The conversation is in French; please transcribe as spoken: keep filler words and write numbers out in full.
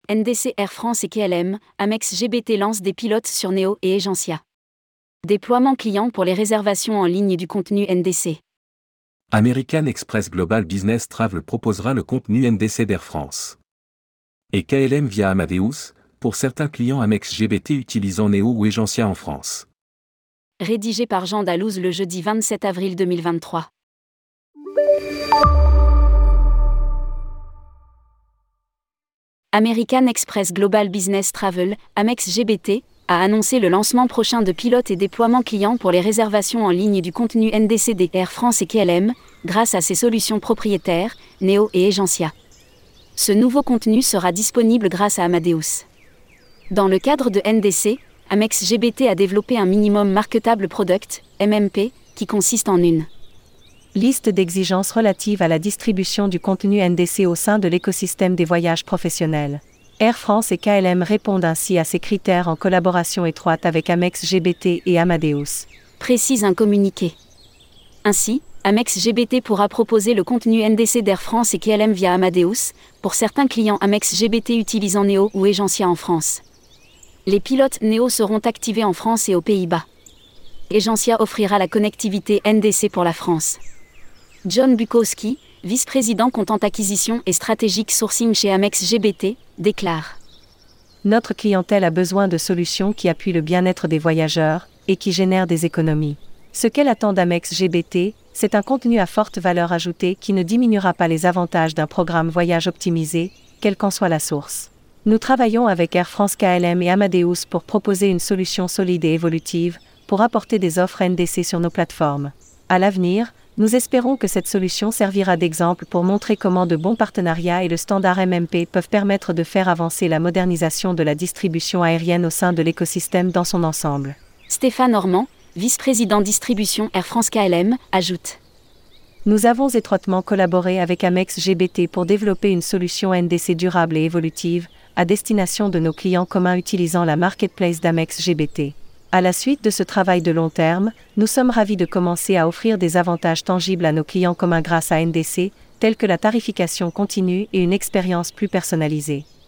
N D C, Air France et K L M, Amex G B T lancent des pilotes sur Neo et Egencia. Déploiement client pour les réservations en ligne du contenu N D C. American Express Global Business Travel proposera le contenu N D C d'Air France. Et K L M via Amadeus, pour certains clients Amex G B T utilisant Neo ou Egencia en France. Rédigé par Jean Dalouse le jeudi vingt-sept avril deux mille vingt-trois. American Express Global Business Travel, Amex G B T, a annoncé le lancement prochain de pilotes et déploiements clients pour les réservations en ligne du contenu N D C des Air France et K L M, grâce à ses solutions propriétaires, Neo et Egencia. Ce nouveau contenu sera disponible grâce à Amadeus. Dans le cadre de N D C, Amex G B T a développé un Minimum Marketable Product, M M P, qui consiste en une liste d'exigences relatives à la distribution du contenu N D C au sein de l'écosystème des voyages professionnels. Air France et K L M répondent ainsi à ces critères en collaboration étroite avec Amex G B T et Amadeus, précise un communiqué. Ainsi, Amex G B T pourra proposer le contenu N D C d'Air France et K L M via Amadeus, pour certains clients Amex G B T utilisant Neo ou Egencia en France. Les pilotes Neo seront activés en France et aux Pays-Bas. Egencia offrira la connectivité N D C pour la France. John Bukowski, vice-président Content Acquisition et Strategic Sourcing chez Amex G B T, déclare : notre clientèle a besoin de solutions qui appuient le bien-être des voyageurs et qui génèrent des économies. Ce qu'elle attend d'Amex G B T, c'est un contenu à forte valeur ajoutée qui ne diminuera pas les avantages d'un programme voyage optimisé, quelle qu'en soit la source. Nous travaillons avec Air France, K L M et Amadeus pour proposer une solution solide et évolutive, pour apporter des offres N D C sur nos plateformes. À l'avenir, nous espérons que cette solution servira d'exemple pour montrer comment de bons partenariats et le standard M M P peuvent permettre de faire avancer la modernisation de la distribution aérienne au sein de l'écosystème dans son ensemble. Stéphane Ormand, vice-président distribution Air France K L M, ajoute : nous avons étroitement collaboré avec Amex G B T pour développer une solution N D C durable et évolutive, à destination de nos clients communs utilisant la marketplace d'Amex G B T. À la suite de ce travail de long terme, nous sommes ravis de commencer à offrir des avantages tangibles à nos clients communs grâce à N D C, tels que la tarification continue et une expérience plus personnalisée.